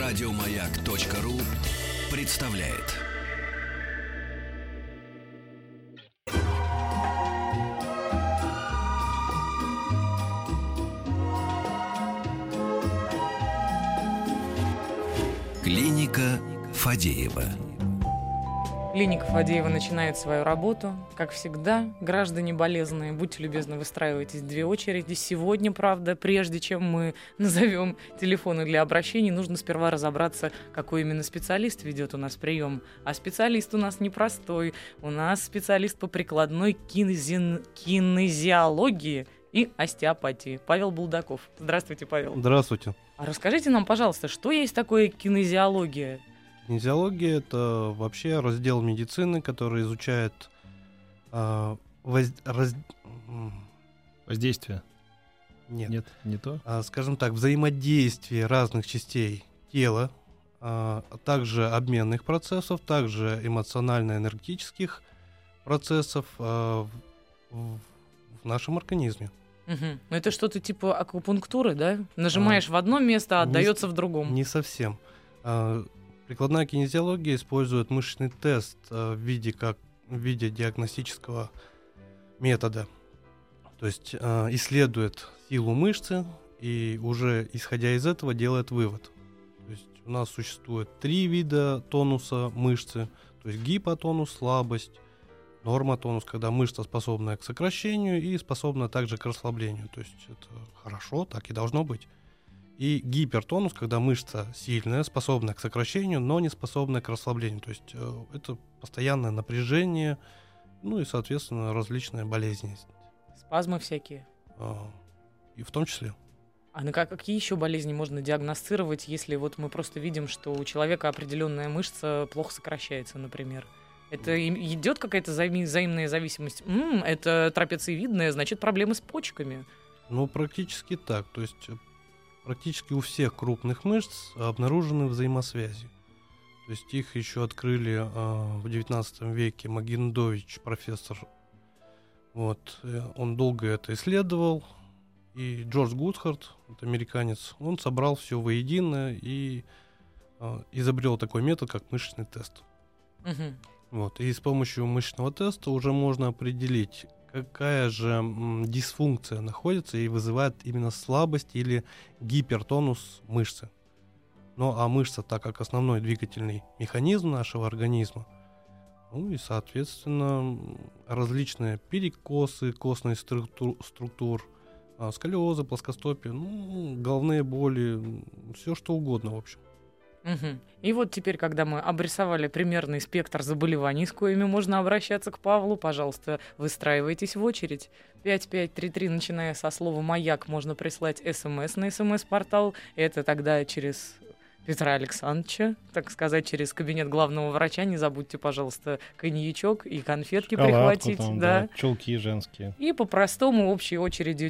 Радиомаяк.ру представляет. Клиника Фадеева. Клиника Фадеева начинает свою работу. Как всегда, граждане болезные, будьте любезны, выстраивайтесь в две очереди. Сегодня, правда, прежде чем мы назовем телефоны для обращений, нужно сперва разобраться, какой именно специалист ведет у нас прием. А специалист у нас непростой. У нас специалист по прикладной кинезиологии и остеопатии. Павел Булдаков. Здравствуйте, Павел. Здравствуйте. А расскажите нам, пожалуйста, что есть такое кинезиология? Кинезиология — это вообще раздел медицины, который изучает воздействие. Нет, не то. Скажем так, взаимодействие разных частей тела, а также обменных процессов, также эмоционально-энергетических процессов в нашем организме. Угу. Ну это что-то типа акупунктуры, да? Нажимаешь в одно место, а отдается в другом. Не совсем. Прикладная кинезиология использует мышечный тест в виде диагностического метода. То есть исследует силу мышцы и уже исходя из этого делает вывод. То есть у нас существует 3 вида тонуса мышцы. То есть гипотонус, слабость, нормотонус, когда мышца способна к сокращению и способна также к расслаблению. То есть это хорошо, так и должно быть. И гипертонус, когда мышца сильная, способна к сокращению, но не способна к расслаблению. То есть это постоянное напряжение, ну и, соответственно, различные болезни. Спазмы всякие. И в том числе. А на какие еще болезни можно диагностировать, если вот мы просто видим, что у человека определенная мышца плохо сокращается, например? Это идет какая-то взаимная зависимость? Это трапециевидная, значит, проблемы с почками. Ну, практически так. То есть практически у всех крупных мышц обнаружены взаимосвязи. То есть их еще открыли в XIX веке Магендович, профессор. Вот. Он долго это исследовал. И Джордж Гудхарт, это американец, он собрал все воедино и изобрел такой метод, как мышечный тест. Угу. Вот. И с помощью мышечного теста уже можно определить, какая же дисфункция находится и вызывает именно слабость или гипертонус мышцы. Ну а мышца, так как основной двигательный механизм нашего организма, ну и, соответственно, различные перекосы костных структур, сколиозы, плоскостопие, головные боли, все что угодно, в общем. Угу. И вот теперь, когда мы обрисовали примерный спектр заболеваний, с коими можно обращаться к Павлу, пожалуйста, выстраивайтесь в очередь. 5533, начиная со слова «Маяк», можно прислать СМС на СМС-портал. Это тогда через Петра Александровича, так сказать, через кабинет главного врача. Не забудьте, пожалуйста, коньячок и конфетки прихватить. Там, да. Чулки женские. И по-простому общей очередью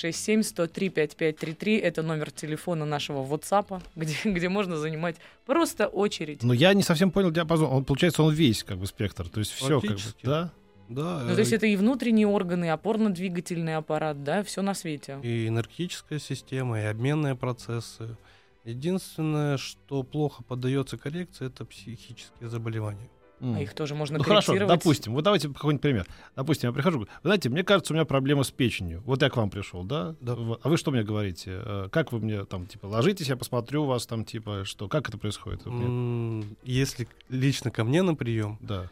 967-103-5533. Это номер телефона нашего WhatsApp, где можно занимать просто очередь. Но я не совсем понял диапазон. Получается, он весь как бы спектр. То есть все как бы, да? Да. Ну, то есть это и внутренние органы, и опорно-двигательный аппарат, да, все на свете. И энергетическая система, и обменные процессы. Единственное, что плохо поддается коррекции, это психические заболевания. А их тоже можно корректировать. Хорошо, допустим, вот давайте какой-нибудь пример. Допустим, я прихожу, вы знаете, мне кажется, у меня проблема с печенью. Вот я к вам пришел, да? Да. А вы что мне говорите? Как вы мне там, типа, ложитесь, я посмотрю вас там, типа, что? Как это происходит? Если лично ко мне на прием, да.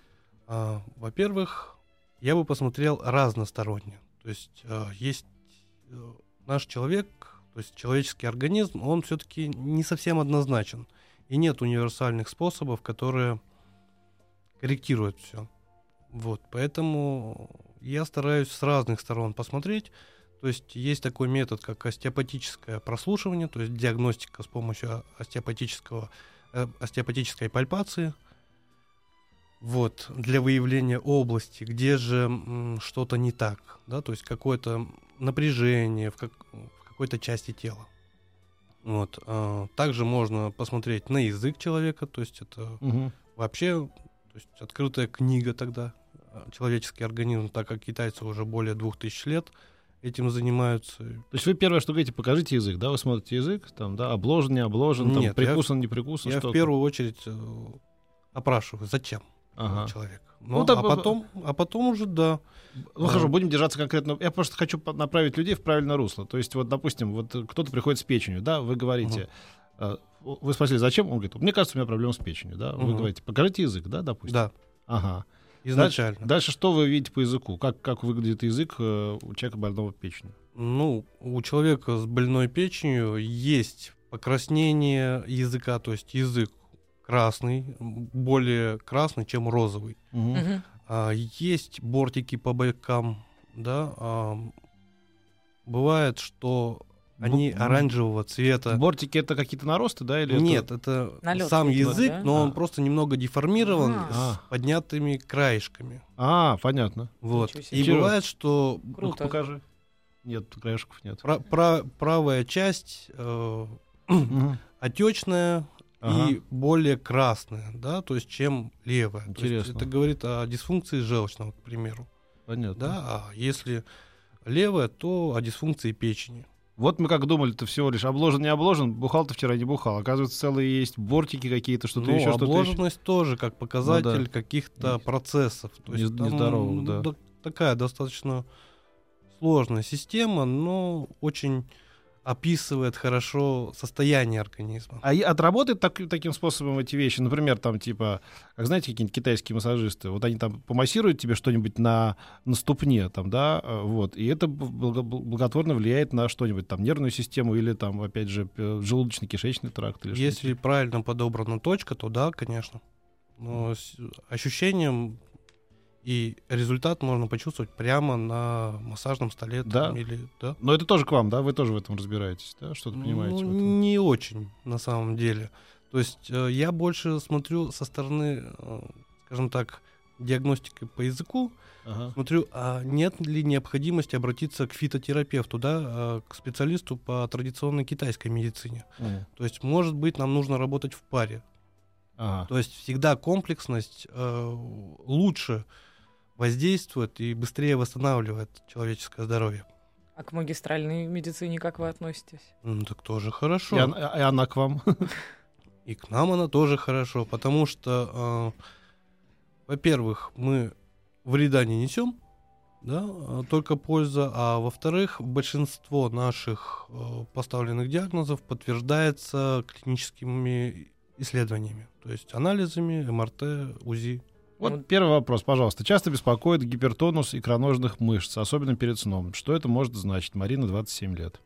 Во-первых, я бы посмотрел разносторонне. То есть есть наш человек, то есть человеческий организм, он все-таки не совсем однозначен. И нет универсальных способов, которые корректируют все. Вот, поэтому я стараюсь с разных сторон посмотреть. То есть есть такой метод, как остеопатическое прослушивание, то есть диагностика с помощью остеопатической пальпации. Вот, для выявления области, где же что-то не так, да, то есть какое-то напряжение в какой-то части тела. Вот. Также можно посмотреть на язык человека, то есть это вообще, то есть открытая книга тогда, человеческий организм, так как китайцы уже более 2000 лет этим занимаются. То есть вы первое, что говорите, покажите язык, да? Вы смотрите язык, там, да, обложен, не обложен, там, Нет, прикусан, не прикусан. Я что-то. в первую очередь опрашиваю, зачем человек. А потом уже, да. Ну хорошо, будем держаться конкретно. Я просто хочу направить людей в правильное русло. То есть, вот, допустим, вот кто-то приходит с печенью, да, вы говорите, вы спросили, зачем? Он говорит, мне кажется, у меня проблема с печенью, да. Вы говорите, покажите язык, да, допустим. Да. Ага. Изначально. Дальше что вы видите по языку? Как выглядит язык у человека больного печенью? Ну, у человека с больной печенью есть покраснение языка, то есть язык красный, более красный, чем розовый. Мгм. Есть бортики по бокам, да. Бывает, что они оранжевого цвета. Бортики — это какие-то наросты, да? Или Нет, это Налет сам видимо, язык, да? но он просто немного деформирован А. с поднятыми краешками. Понятно. Вот. Ничего себе. И бывает, что Круто. Ну-ка, покажи. Нет, краешков нет. правая часть Мгм. отечная Ага. и более красная, да, то есть чем левая. То есть Интересно. это говорит о дисфункции желчного, к примеру. Понятно. Да, а если левая, то о дисфункции печени. Вот мы как думали, это всего лишь обложен, не обложен, бухал ты вчера, не бухал. Оказывается, целые есть бортики какие-то, что-то Ну, еще, что-то еще. обложенность тоже как показатель Ну да. каких-то процессов. То есть там, Нездоровых, да. Такая достаточно сложная система, но очень описывает хорошо состояние организма. А отработает таким способом эти вещи? Например, там, типа, как знаете, какие-нибудь китайские массажисты, вот они там помассируют тебе что-нибудь на ступне, там, да, вот, и это благотворно влияет на что-нибудь, там, нервную систему или, там, опять же, желудочно-кишечный тракт. Или Если правильно подобрана точка, то да, конечно. Но с ощущением и результат можно почувствовать прямо на массажном столе. Да. Там, или, да? Но это тоже к вам, да? Вы тоже в этом разбираетесь, да? Что-то понимаете в этом? Не очень, на самом деле. То есть я больше смотрю со стороны, скажем так, диагностики по языку. Ага. Смотрю, а нет ли необходимости обратиться к фитотерапевту, да, к специалисту по традиционной китайской медицине. То есть, может быть, нам нужно работать в паре. Ага. То есть всегда комплексность лучше воздействует и быстрее восстанавливает человеческое здоровье. А к магистральной медицине как вы относитесь? Ну, так тоже хорошо. И она к вам? И к нам она тоже хорошо, потому что, во-первых, мы вреда не несем, да, только польза, а во-вторых, большинство наших поставленных диагнозов подтверждается клиническими исследованиями, то есть анализами, МРТ, УЗИ. Вот первый вопрос, пожалуйста. Часто беспокоит гипертонус икроножных мышц, особенно перед сном. Что это может значить? Марина, 27 лет.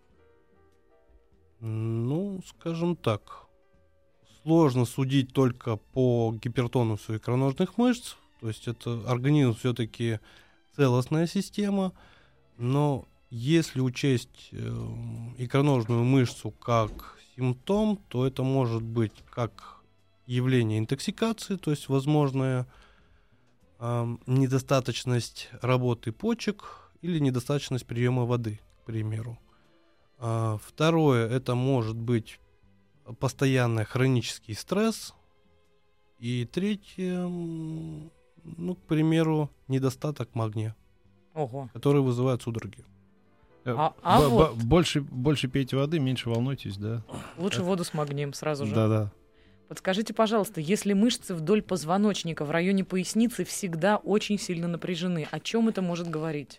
Ну, скажем так, сложно судить только по гипертонусу икроножных мышц, то есть это организм все-таки целостная система, но если учесть икроножную мышцу как симптом, то это может быть как явление интоксикации, то есть возможная недостаточность работы почек или недостаточность приема воды, к примеру. Второе, это может быть постоянный хронический стресс. И третье, ну, к примеру, недостаток магния, Ого. который вызывает судороги. Вот. Больше пейте воды, меньше волнуйтесь, да? Лучше воду с магнием сразу же. Да. Подскажите, пожалуйста, если мышцы вдоль позвоночника в районе поясницы всегда очень сильно напряжены, о чем это может говорить?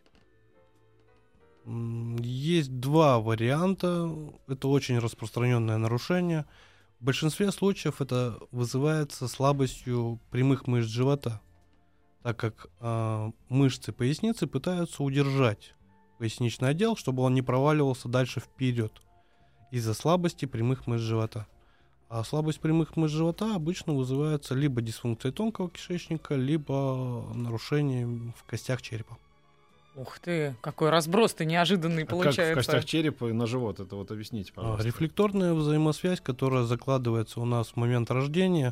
Есть два варианта. Это очень распространенное нарушение. В большинстве случаев это вызывается слабостью прямых мышц живота, так как мышцы поясницы пытаются удержать поясничный отдел, чтобы он не проваливался дальше вперед из-за слабости прямых мышц живота. А слабость прямых мышц живота обычно вызывается либо дисфункцией тонкого кишечника, либо нарушением в костях черепа. Ух ты, какой разброс-то неожиданный получается. Как в костях черепа и на живот? Это вот объясните, пожалуйста. Рефлекторная взаимосвязь, которая закладывается у нас в момент рождения,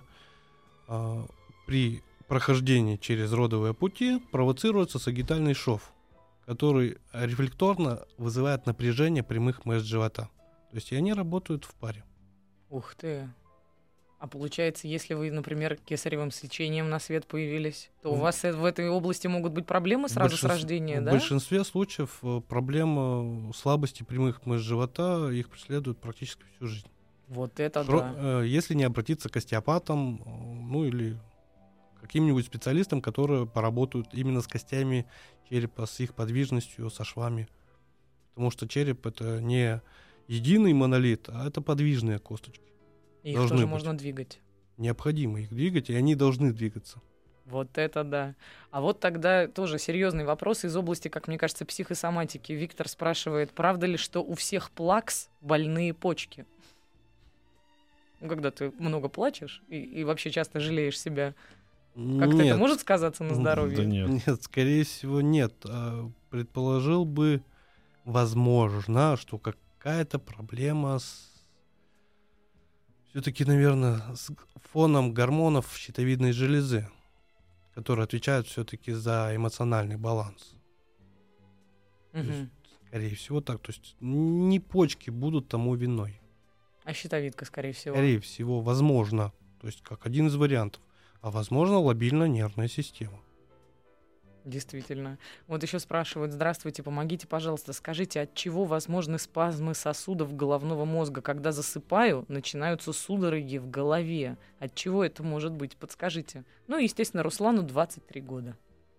при прохождении через родовые пути провоцируется сагитальный шов, который рефлекторно вызывает напряжение прямых мышц живота. То есть и они работают в паре. Ух ты. А получается, если вы, например, кесаревым сечением на свет появились, то у вас в этой области могут быть проблемы сразу с рождения, В да? большинстве случаев проблема слабости прямых мышц живота их преследует практически всю жизнь. Вот это да. Если не обратиться к остеопатам, ну или каким-нибудь специалистам, которые поработают именно с костями черепа, с их подвижностью, со швами. Потому что череп — это не единый монолит, а это подвижные косточки. Их должны тоже быть. можно двигать. Необходимо их двигать, и они должны двигаться. Вот это да. А вот тогда тоже серьезный вопрос из области, как мне кажется, психосоматики. Виктор спрашивает, правда ли, что у всех плакс больные почки? Ну, когда ты много плачешь и вообще часто жалеешь себя, как-то это может сказаться на здоровье? Да нет. Нет, скорее всего, нет. Предположил бы, возможно, что какая-то проблема все-таки, наверное, с фоном гормонов щитовидной железы, которые отвечают все-таки за эмоциональный баланс. То есть, скорее всего, так. То есть не почки будут тому виной. А щитовидка, скорее всего. Скорее всего, возможно. То есть как один из вариантов. А возможно, лобильная нервная система. Действительно. Вот еще спрашивают, здравствуйте, помогите, пожалуйста, скажите, от чего возможны спазмы сосудов головного мозга? Когда засыпаю, начинаются судороги в голове. От чего это может быть? Подскажите. Ну, естественно, Руслану 23 года.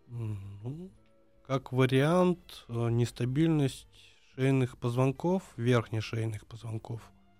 Как вариант, нестабильность шейных позвонков, верхних шейных позвонков.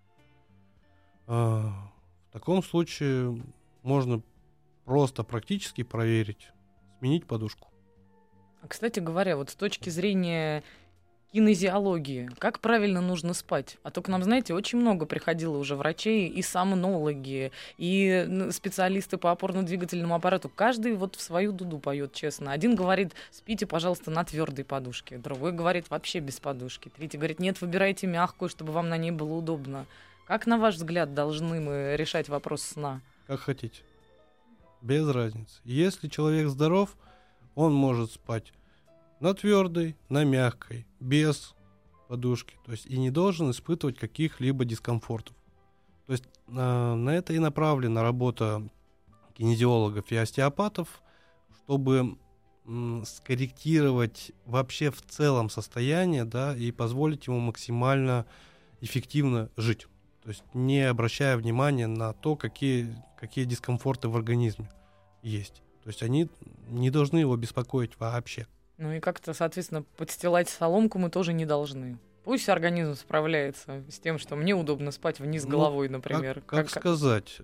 В таком случае можно просто практически проверить, сменить подушку. Кстати говоря, вот с точки зрения кинезиологии, как правильно нужно спать? А то к нам, знаете, очень много приходило уже врачей, и сомнологи, и специалисты по опорно-двигательному аппарату. Каждый вот в свою дуду поет, честно. Один говорит, спите, пожалуйста, на твердой подушке. Другой говорит, вообще без подушки. Третий говорит, нет, выбирайте мягкую, чтобы вам на ней было удобно. Как, на ваш взгляд, должны мы решать вопрос сна? Как хотите. Без разницы. Если человек здоров, он может спать на твердой, на мягкой, без подушки. То есть и не должен испытывать каких-либо дискомфортов. То есть на это и направлена работа кинезиологов и остеопатов, чтобы скорректировать вообще в целом состояние, да, и позволить ему максимально эффективно жить. То есть не обращая внимания на то, какие дискомфорты в организме есть. То есть они не должны его беспокоить вообще. Ну и как-то, соответственно, подстилать соломку мы тоже не должны. Пусть организм справляется с тем, что мне удобно спать вниз головой, например. Как сказать,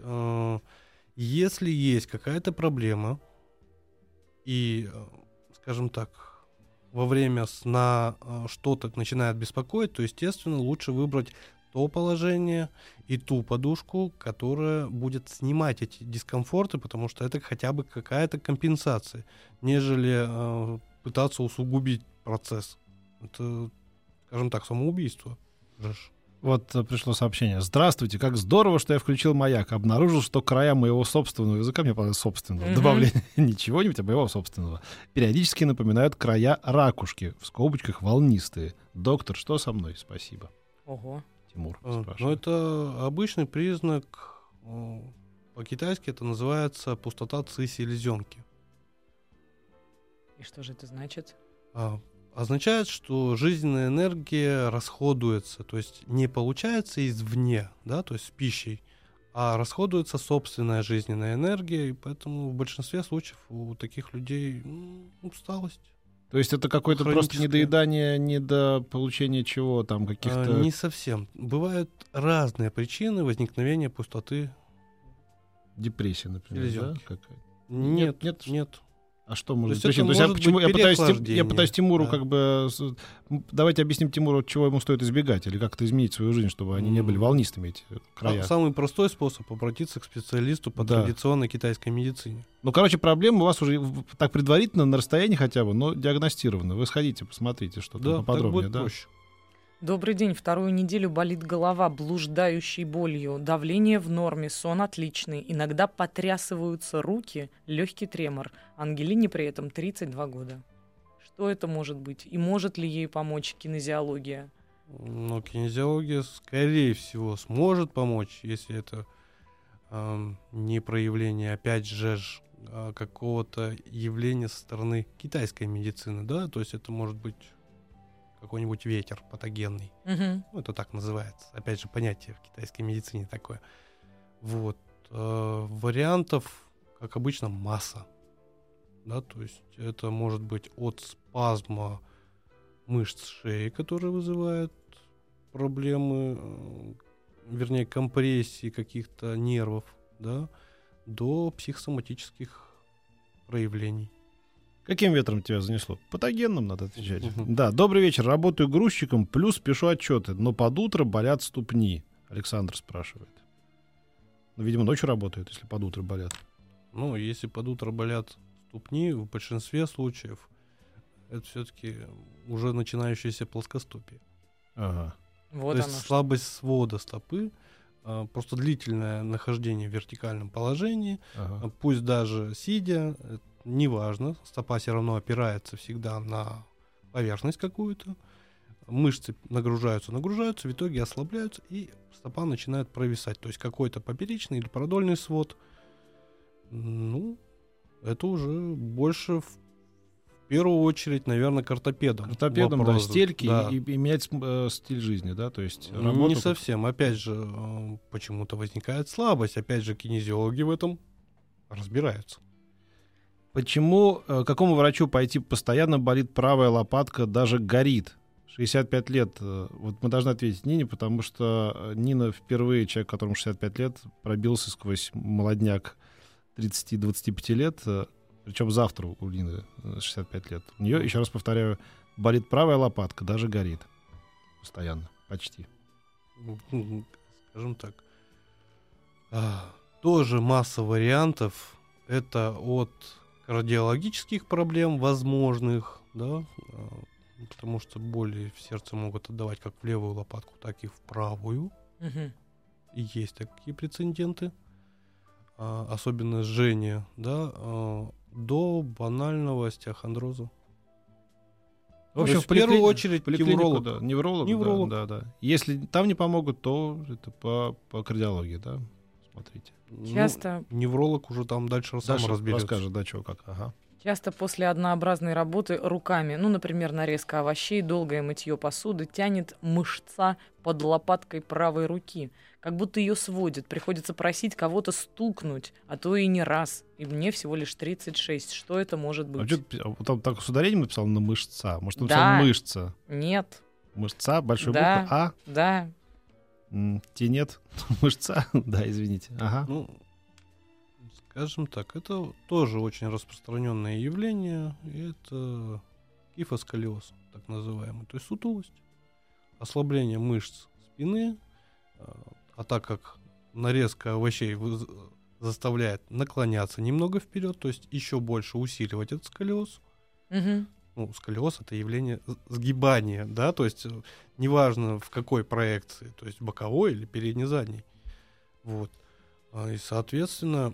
если есть какая-то проблема, и, скажем так, во время сна что-то начинает беспокоить, то, естественно, лучше выбрать то положение и ту подушку, которая будет снимать эти дискомфорты, потому что это хотя бы какая-то компенсация, нежели пытаться усугубить процесс. Это, скажем так, самоубийство. Вот пришло сообщение. Здравствуйте, как здорово, что я включил маяк. Обнаружил, что края моего собственного языка, мне понравилось собственного, добавление ничего-нибудь, а моего собственного, периодически напоминают края ракушки, в скобочках волнистые. Доктор, что со мной? Спасибо. Ого. Тимур спрашивает. Ну, это обычный признак, по-китайски это называется пустота ци-селезенки. И что же это значит? Означает, что жизненная энергия расходуется, то есть не получается извне, да, то есть с пищей, а расходуется собственная жизненная энергия, и поэтому в большинстве случаев у таких людей усталость. То есть это какое-то просто недоедание, недополучение чего там, каких-то... Не совсем. Бывают разные причины возникновения пустоты. Депрессия, например, да? Какая-то? Нет. А что может быть причиной? То есть я пытаюсь Тимуру как бы... Давайте объясним Тимуру, чего ему стоит избегать, или как-то изменить свою жизнь, чтобы они не были волнистыми, эти края. Самый простой способ — обратиться к специалисту по традиционной китайской медицине. Ну, короче, проблема у вас уже так предварительно, на расстоянии хотя бы, но диагностирована. Вы сходите, посмотрите, что там поподробнее. Так будет проще. Добрый день. Вторую неделю болит голова, блуждающей болью. Давление в норме, сон отличный. Иногда потрясываются руки, легкий тремор. Ангелине при этом 32 года. Что это может быть? И может ли ей помочь кинезиология? Ну, кинезиология, скорее всего, сможет помочь, если это не проявление, опять же, какого-то явления со стороны китайской медицины, да, то есть это может быть какой-нибудь ветер патогенный. Мгм. Ну, это так называется. Опять же, понятие в китайской медицине такое. Вот. Вариантов, как обычно, масса. Да, то есть это может быть от спазма мышц шеи, который вызывает проблемы, вернее, компрессии каких-то нервов, да, до психосоматических проявлений. Каким ветром тебя занесло? Патогенным надо отвечать. Мгм. Да, добрый вечер. Работаю грузчиком, плюс пишу отчеты, но под утро болят ступни. Александр спрашивает. Ну, видимо, ночью работают, если под утро болят. Ну, если под утро болят ступни, в большинстве случаев это все-таки уже начинающееся плоскостопие. Ага. Вот То оно есть что. слабость свода стопы, просто длительное нахождение в вертикальном положении, Ага. пусть даже сидя, неважно, стопа все равно опирается всегда на поверхность какую-то, мышцы нагружаются, в итоге ослабляются, и стопа начинает провисать. То есть какой-то поперечный или продольный свод, ну, это уже больше в первую очередь, наверное, к ортопедам. Ортопедом, да, вопрос. стельки Да. и менять стиль жизни, да, то есть Не работу как- совсем. Опять же, почему-то возникает слабость. Опять же, кинезиологи в этом разбираются. Почему, какому врачу пойти постоянно болит правая лопатка, даже горит? 65 лет. Вот мы должны ответить Нине, потому что Нина впервые, человек, которому 65 лет, пробился сквозь молодняк 30-25 лет, причем завтра у Нины 65 лет. У нее, еще раз повторяю, болит правая лопатка, даже горит. Постоянно, почти. Скажем так. Тоже масса вариантов. Это от кардиологических проблем возможных, да, потому что боли в сердце могут отдавать как в левую лопатку, так и в правую. Мгм. И есть такие прецеденты. Особенно жжение, да, до банального остеохондроза. В общем, есть в первую поликлини- очередь в поликлинику, невролог. да, невролог, Невролог. Да, да, да. Если там не помогут, то это по кардиологии, да, смотрите. Часто, Ну, невролог уже там дальше сам Дальше разберется. расскажет, да, чего, как. Ага. часто после однообразной работы руками, ну, например, нарезка овощей, долгое мытье посуды, тянет мышца под лопаткой правой руки. Как будто ее сводит. Приходится просить кого-то стукнуть, а то и не раз. И мне всего лишь 36. Что это может А быть? что ты вот там так с ударением написал на мышца? Может, он Да. написал мышца? Нет. Мышца, большой Да. буква А? Да. Те нет. Мышца? Да, извините. Ага. Ну, скажем так, это тоже очень распространенное явление. Это кифосколиоз, так называемый. То есть сутулость, ослабление мышц спины, а так как нарезка овощей заставляет наклоняться немного вперед, то есть еще больше усиливать этот сколиоз. Мгм. Ну, сколиоз — это явление сгибания, да, то есть неважно в какой проекции, то есть боковой или передне-задней. Вот. И, соответственно...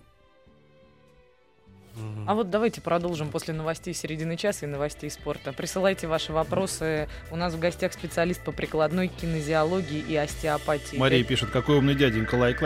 А вот давайте продолжим после новостей середины часа и новостей спорта. Присылайте ваши вопросы. У нас в гостях специалист по прикладной кинезиологии и остеопатии. Мария пишет, какой умный дяденька, лайк.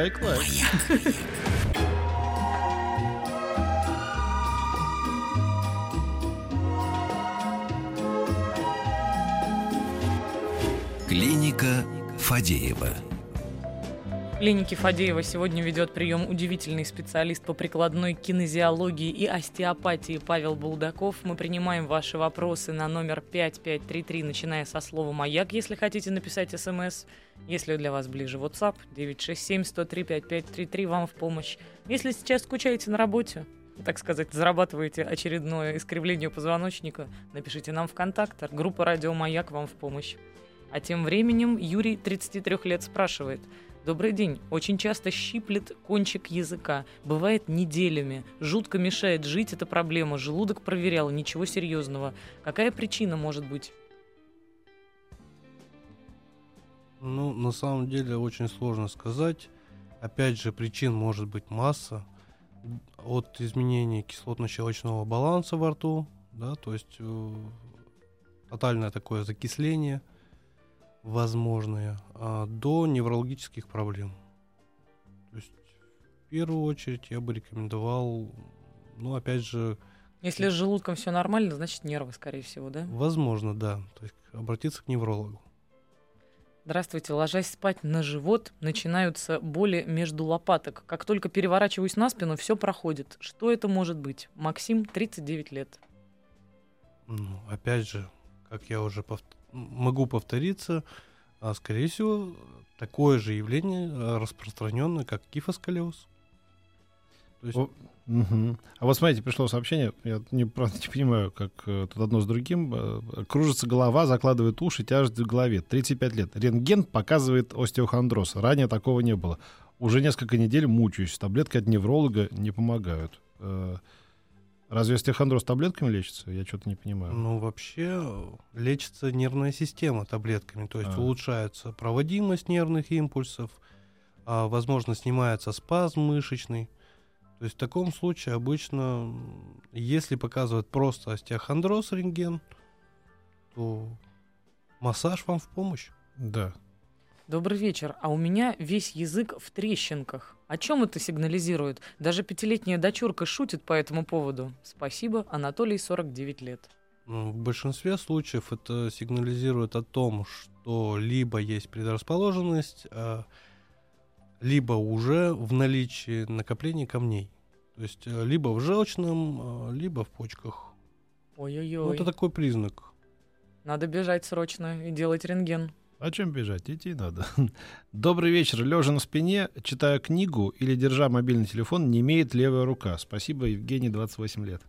Клиника Фадеева. В клинике Фадеева сегодня ведет прием удивительный специалист по прикладной кинезиологии и остеопатии Павел Булдаков. Мы принимаем ваши вопросы на номер 5533, начиная со слова «Маяк», если хотите написать СМС. Если для вас ближе WhatsApp, 967-103-5533, вам в помощь. Если сейчас скучаете на работе, так сказать, зарабатываете очередное искривление позвоночника, напишите нам в контактор. Группа «Радио Маяк» вам в помощь. А тем временем Юрий, 33 лет, спрашивает: «Добрый день. Очень часто щиплет кончик языка. Бывает неделями. Жутко мешает жить эта проблема. Желудок проверял. Ничего серьезного. Какая причина может быть?» Ну, на самом деле очень сложно сказать. Опять же, причин может быть масса. От изменения кислотно-щелочного баланса во рту, да, то есть тотальное такое закисление возможное, до неврологических проблем. То есть в первую очередь я бы рекомендовал, ну, опять же, Если с желудком все нормально, значит нервы, скорее всего, да? возможно, да, то есть обратиться к неврологу. Здравствуйте. Ложась спать на живот, начинаются боли между лопаток. Как только переворачиваюсь на спину, все проходит. Что это может быть? Максим, 39 лет. Ну, опять же, как я уже могу повториться, скорее всего, такое же явление распространенное, как кифосколиоз. То есть, Мгм. А вот смотрите, пришло сообщение, я правда не понимаю, как тут одно с другим. Кружится голова, закладывает уши, тяжесть в голове. 35 лет. Рентген показывает остеохондроз. Ранее такого не было. Уже несколько недель мучаюсь. Таблетки от невролога не помогают. Разве остеохондроз таблетками лечится? Я что-то не понимаю. ну, вообще лечится нервная система таблетками, то есть улучшается проводимость нервных импульсов, возможно, снимается спазм мышечный. То есть в таком случае обычно, если показывает просто остеохондроз рентген, то массаж вам в помощь. Да. Добрый вечер. А у меня весь язык в трещинках. О чем это сигнализирует? Даже 5-летняя дочурка шутит по этому поводу. Спасибо, Анатолий, 49 лет. В большинстве случаев это сигнализирует о том, что либо есть предрасположенность, либо уже в наличии накопления камней. То есть либо в желчном, либо в почках. Ой-ой-ой. Ну, это такой признак. Надо бежать срочно и делать рентген. О чем бежать? Идти надо. Добрый вечер. Лежа на спине, читая книгу или держа мобильный телефон, не имеет левая рука. Спасибо, Евгений, 28 лет.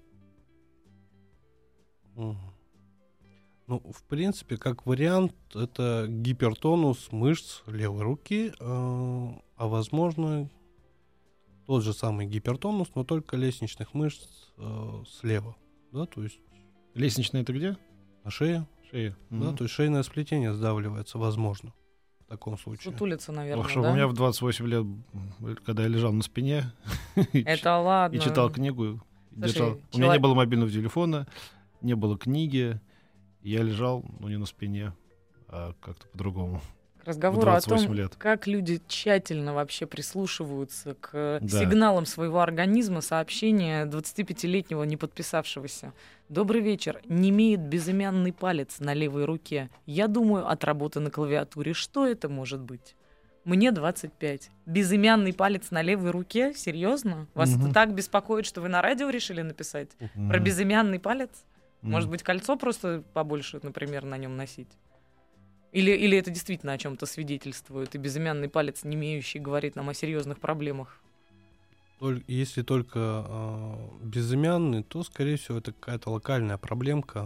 Мгм. Ну, в принципе, как вариант, это гипертонус мышц левой руки, а возможно, тот же самый гипертонус, но только лестничных мышц слева. Да, то есть Лестничная это где? на шее. Шея. Да, то есть шейное сплетение сдавливается, возможно, в таком случае. Сутулица, наверное, Ох, чтобы да? у меня в 28 лет, когда я лежал на спине Это ладно. и читал книгу, и Слушай, держал. У меня не было мобильного телефона, не было книги, я лежал, ну, не на спине, а как-то по-другому. К разговору о 28 том, лет. как люди тщательно вообще прислушиваются к Да. сигналам своего организма, сообщения 25-летнего не подписавшегося. Добрый вечер. Не имеет безымянный палец на левой руке. Я думаю, от работы на клавиатуре. Что это может быть? Мне 25. Безымянный палец на левой руке? Серьезно? Вас Мгм. это так беспокоит, что вы на радио решили написать? Про безымянный палец? Может быть, кольцо просто побольше, например, на нем носить? Или это действительно о чем-то свидетельствует, и безымянный палец, не имеющий, говорит нам о серьезных проблемах? Если только безымянный, то, скорее всего, это какая-то локальная проблемка.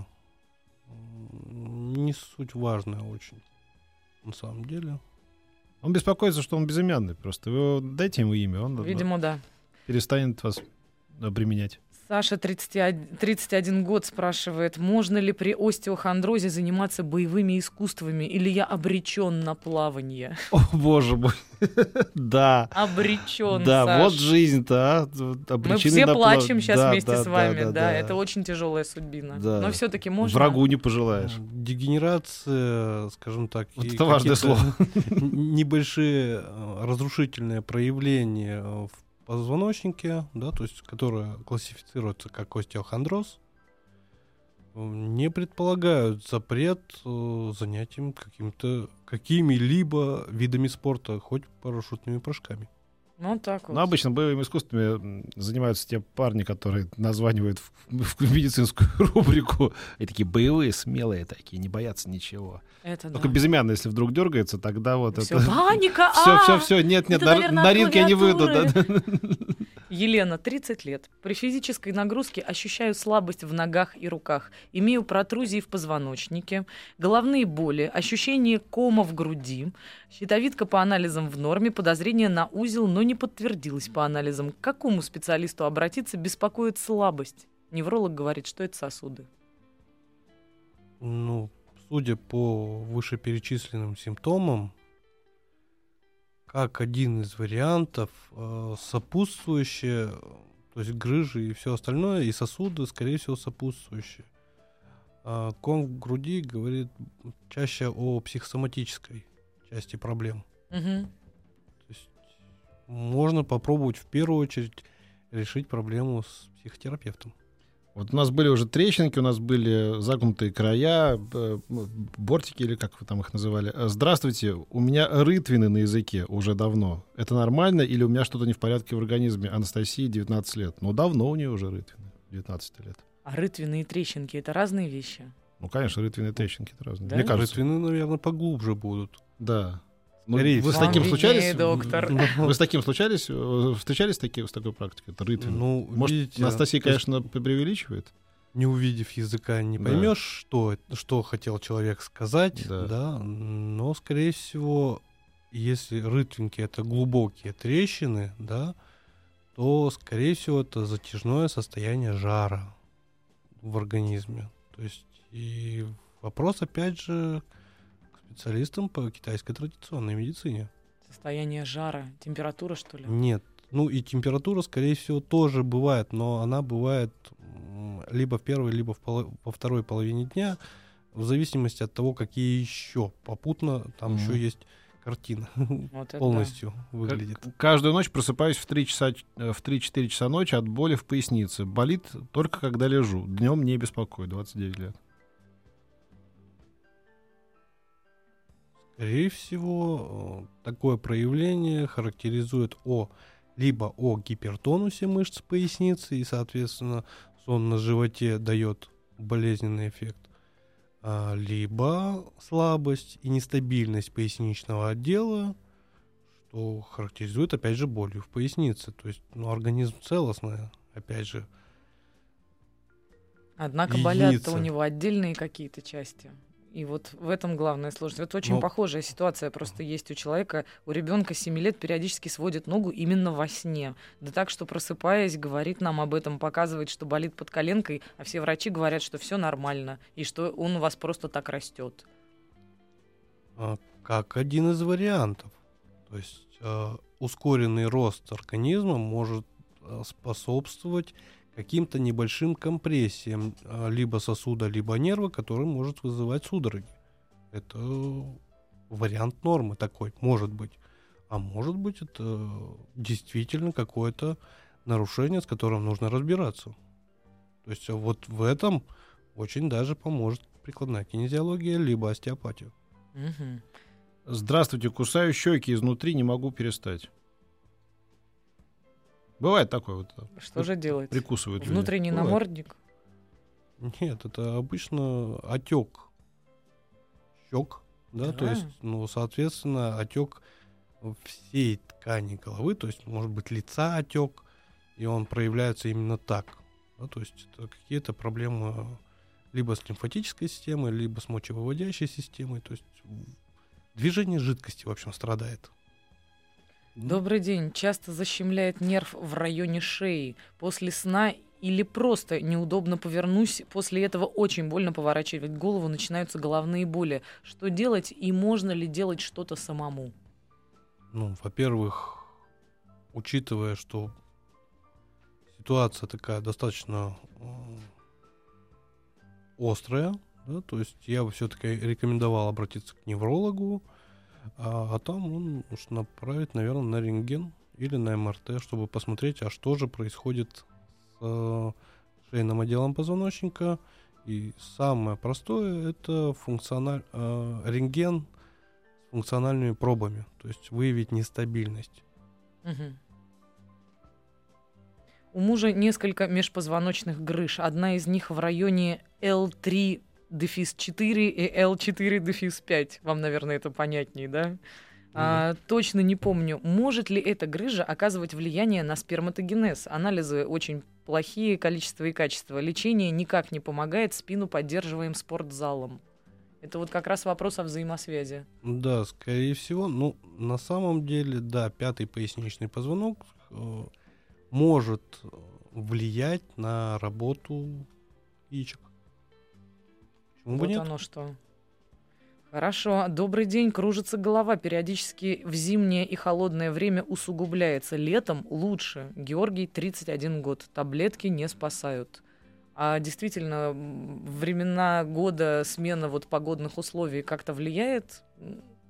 Не суть важная очень, на самом деле. Он беспокоится, что он безымянный просто. Вы дайте ему имя, он Видимо, да. перестанет вас обременять. Саша, 31 год, спрашивает, можно ли при остеохондрозе заниматься боевыми искусствами, или я обречен на плавание? О, боже мой. Да. Обречен, Да, Саш. вот жизнь-то, а. Мы все плачем сейчас вместе с вами, да, это очень тяжелая судьбина. Да. Но все-таки можно. Врагу не пожелаешь. Дегенерация, скажем так, Вот и это важное какие-то слово. небольшие разрушительные проявления в позвоночнике, да, то есть, которое классифицируется как остеохондроз, не предполагают запрет занятием какими-либо видами спорта, хоть парашютными прыжками. Ну, так вот. Но обычно боевыми искусствами занимаются те парни, которые названивают в медицинскую рубрику. И такие боевые, смелые такие, не боятся ничего. Это Только да. безымянный, если вдруг дергается, тогда вот Всё, это... паника! Все, нет, это, на наверное, на от ринг я не выйду. клавиатуры. Да. Елена, 30 лет. При физической нагрузке ощущаю слабость в ногах и руках. Имею протрузии в позвоночнике, головные боли, ощущение кома в груди. Щитовидка по анализам в норме, подозрение на узел, но не подтвердилось по анализам. К какому специалисту обратиться? Беспокоит слабость. Невролог говорит, что это сосуды. Ну, судя по вышеперечисленным симптомам, как один из вариантов, сопутствующие, то есть грыжи и все остальное, и сосуды, скорее всего, сопутствующие. Ком в груди говорит чаще о психосоматической части проблем. Мгм. То есть можно попробовать в первую очередь решить проблему с психотерапевтом. Вот у нас были уже трещинки, у нас были загнутые края, бортики, или как вы там их называли. Здравствуйте, у меня рытвины на языке уже давно. Это нормально или у меня что-то не в порядке в организме? Анастасии 19 лет. Ну, давно у нее уже рытвины, 19 лет. А рытвины и трещинки — это разные вещи? Ну, конечно, рытвины и трещинки — это разные. Да? Мне кажется. Рытвины, наверное, поглубже будут. Да. Ну, Скорее вы с всего. таким Вам случались? виднее, доктор. Вы с таким встречались с такой практикой? Это рытвины. Ну, Может, видите, Анастасия, то есть конечно, преувеличивает? не увидев языка, не Да. поймешь, что хотел человек сказать, Да. да, но, скорее всего, если рытвинки — это глубокие трещины, да, то, скорее всего, это затяжное состояние жара в организме. То есть и вопрос, опять же, к специалистам по китайской традиционной медицине. Состояние жара, температура, что ли? Нет. Ну и температура, скорее всего, тоже бывает, но она бывает либо в первой, либо во второй половине дня, в зависимости от того, какие еще попутно там еще есть картина Вот это полностью выглядит. Каждую ночь просыпаюсь в 3-4 часа ночи от боли в пояснице. Болит только когда лежу. Днем не беспокоит. 29 лет. Скорее всего, такое проявление характеризует либо о гипертонусе мышц поясницы, и, соответственно, сон на животе дает болезненный эффект, либо слабость и нестабильность поясничного отдела, что характеризует, опять же, болью в пояснице. То есть, организм целостный, опять же. Однако единица. болят-то у него отдельные какие-то части. И вот в этом главная сложность. Это очень похожая ситуация просто есть у человека. У ребенка 7 лет периодически сводит ногу именно во сне. Да так, что, просыпаясь, говорит нам об этом, показывает, что болит под коленкой, а все врачи говорят, что все нормально, и что он у вас просто так растет. Как один из вариантов. То есть ускоренный рост организма может способствовать каким-то небольшим компрессиям либо сосуда, либо нерва, который может вызывать судороги. Это вариант нормы такой, может быть. А может быть, это действительно какое-то нарушение, с которым нужно разбираться. То есть вот в этом очень даже поможет прикладная кинезиология, либо остеопатия. Угу. Здравствуйте, кусаю щеки изнутри, не могу перестать. Бывает такое вот. Что же делать? Прикусывают люди. Внутренний Бывает. намордник? Нет, это обычно отек щек, да, то есть, соответственно, отек всей ткани головы, то есть, может быть, лица отек, и он проявляется именно так. Да, то есть это какие-то проблемы либо с лимфатической системой, либо с мочевыводящей системой, то есть движение жидкости, в общем, страдает. Добрый день. Часто защемляет нерв в районе шеи. После сна или просто неудобно повернусь, после этого очень больно поворачивать голову, начинаются головные боли. Что делать и можно ли делать что-то самому? Во-первых, учитывая, что ситуация такая достаточно острая, да, то есть я бы все-таки рекомендовал обратиться к неврологу, а там он уж направит, наверное, на рентген или на МРТ, чтобы посмотреть, а что же происходит с шейным отделом позвоночника. И самое простое — это рентген с функциональными пробами, то есть выявить нестабильность. Угу. У мужа несколько межпозвоночных грыж. Одна из них в районе L3-4 и L4-5. Вам, наверное, это понятнее, да? Точно не помню. Может ли эта грыжа оказывать влияние на сперматогенез? Анализы очень плохие, количество и качество. Лечение никак не помогает, спину поддерживаем спортзалом. Это вот как раз вопрос о взаимосвязи. Да, скорее всего. На самом деле, да, пятый поясничный позвонок может влиять на работу яичек. Почему бы Вот нет? оно что. Хорошо. Добрый день. Кружится голова. Периодически в зимнее и холодное время усугубляется. Летом лучше. Георгий, 31 год. Таблетки не спасают. А действительно, времена года, смена погодных условий как-то влияет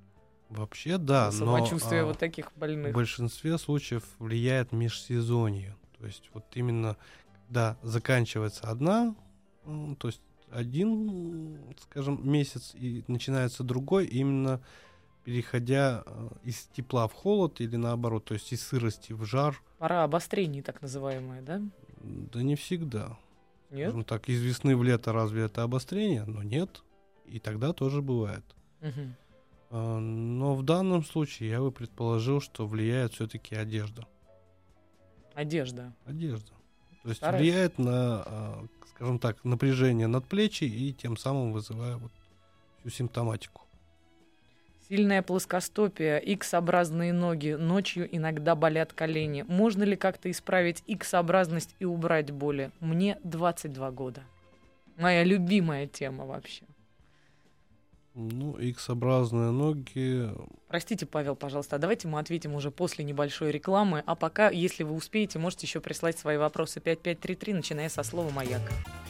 Вообще, да, но самочувствие вот таких в больных. большинстве случаев влияет межсезонье. То есть вот именно когда заканчивается одна, то есть один, скажем, месяц и начинается другой, именно переходя из тепла в холод или наоборот, то есть из сырости в жар. Пора обострений, так называемая, да? Да не всегда. Нет? Скажем так, из весны в лето разве это обострение? Но нет. И тогда тоже бывает. Мгм. Но в данном случае я бы предположил, что влияет все-таки одежда. Одежда. Одежда. То есть Хорошо. влияет на, скажем так, напряжение надплечий и тем самым вызывая вот всю симптоматику. Сильная плоскостопие, X-образные ноги, ночью иногда болят колени. Можно ли как-то исправить X-образность и убрать боли? Мне 22 года. Моя любимая тема вообще. Ну, X-образные ноги. Простите, Павел, пожалуйста, а давайте мы ответим уже после небольшой рекламы. А пока, если вы успеете, можете еще прислать свои вопросы 5533, начиная со слова «Маяк».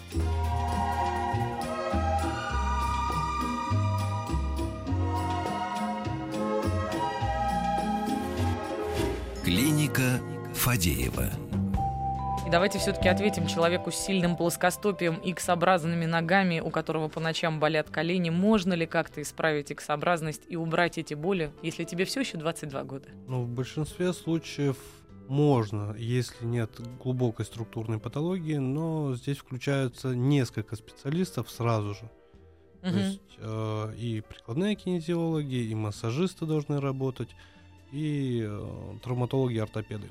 Клиника Фадеева. И давайте все-таки ответим человеку с сильным плоскостопием, X-образными ногами, у которого по ночам болят колени. Можно ли как-то исправить X-образность и убрать эти боли, если тебе все еще 22 года? Ну, в большинстве случаев можно, если нет глубокой структурной патологии, но здесь включаются несколько специалистов сразу же. То Мгм. есть и прикладные кинезиологи, и массажисты должны работать, и травматологи-ортопеды.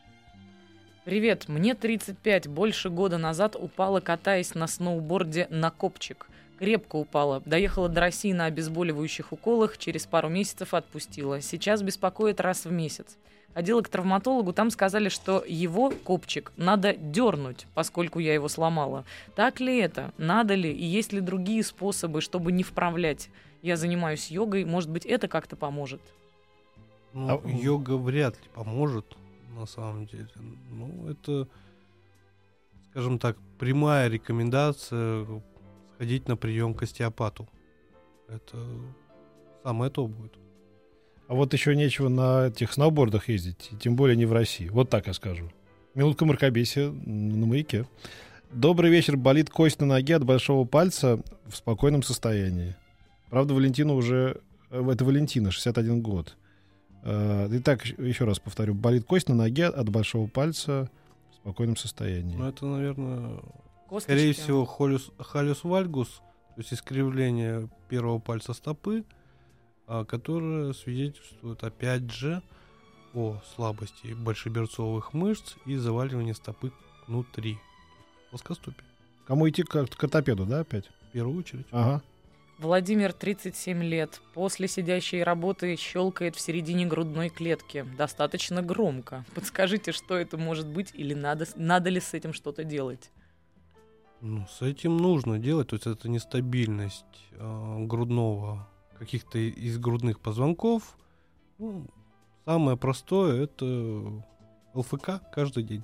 Привет, мне 35. Больше года назад упала, катаясь на сноуборде на копчик. Крепко упала. Доехала до России на обезболивающих уколах. Через пару месяцев отпустила. Сейчас беспокоит раз в месяц. Ходила к травматологу, там сказали, что его копчик надо дернуть, поскольку я его сломала. Так ли это? Надо ли? И есть ли другие способы, чтобы не вправлять? Я занимаюсь йогой, может быть, это как-то поможет? Ну, йога вряд ли поможет, на самом деле. Ну, это, скажем так, прямая рекомендация сходить на прием к остеопату. Это самое то будет. А вот еще нечего на этих сноубордах ездить, тем более не в России. Вот так я скажу. Минутка мракобесия на Маяке. Добрый вечер. Болит кость на ноге от большого пальца в спокойном состоянии. Правда, Валентина уже... Это Валентина, 61 год. Итак, еще раз повторю. Болит кость на ноге от большого пальца в спокойном состоянии. Ну, это, наверное, Косточки. скорее всего, халюс вальгус, то есть искривление первого пальца стопы, которое свидетельствует, опять же, о слабости большеберцовых мышц и заваливании стопы внутри. Плоскостопие. Кому идти к ортопеду, да, опять? В первую очередь. Ага. Владимир, 37 лет. После сидящей работы щелкает в середине грудной клетки. Достаточно громко. Подскажите, что это может быть или надо ли с этим что-то делать? Ну, с этим нужно делать, то есть это нестабильность грудного, каких-то из грудных позвонков. Ну, самое простое — это ЛФК каждый день.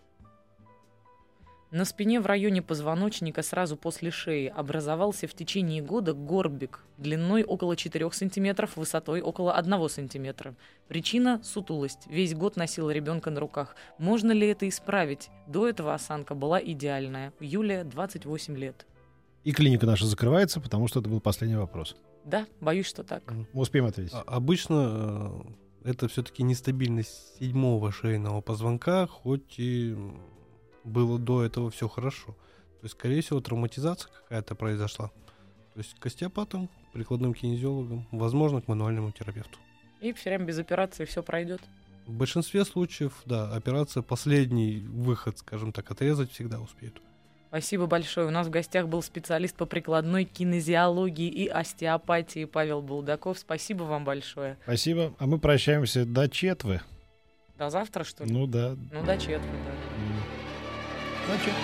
На спине в районе позвоночника сразу после шеи образовался в течение года горбик длиной около 4 см, высотой около 1 см. Причина – сутулость. Весь год носила ребенка на руках. Можно ли это исправить? До этого осанка была идеальная. Юлия, 28 лет. И клиника наша закрывается, потому что это был последний вопрос. Да, боюсь, что так. Мы успеем ответить. Обычно это все-таки нестабильность 7-го шейного позвонка, хоть и было до этого все хорошо. То есть, скорее всего, травматизация какая-то произошла. То есть к остеопатам, прикладным кинезиологам, возможно, к мануальному терапевту. И прям без операции все пройдет. В большинстве случаев, да, операция последний выход, скажем так, отрезать всегда успеют. Спасибо большое. У нас в гостях был специалист по прикладной кинезиологии и остеопатии Павел Булдаков. Спасибо вам большое. Спасибо. А мы прощаемся до четвы. До завтра, что ли? Ну да. Ну, до четверти, да. До четвы.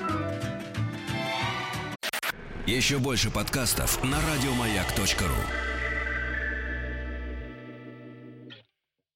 Еще больше подкастов на радиомаяк.ру.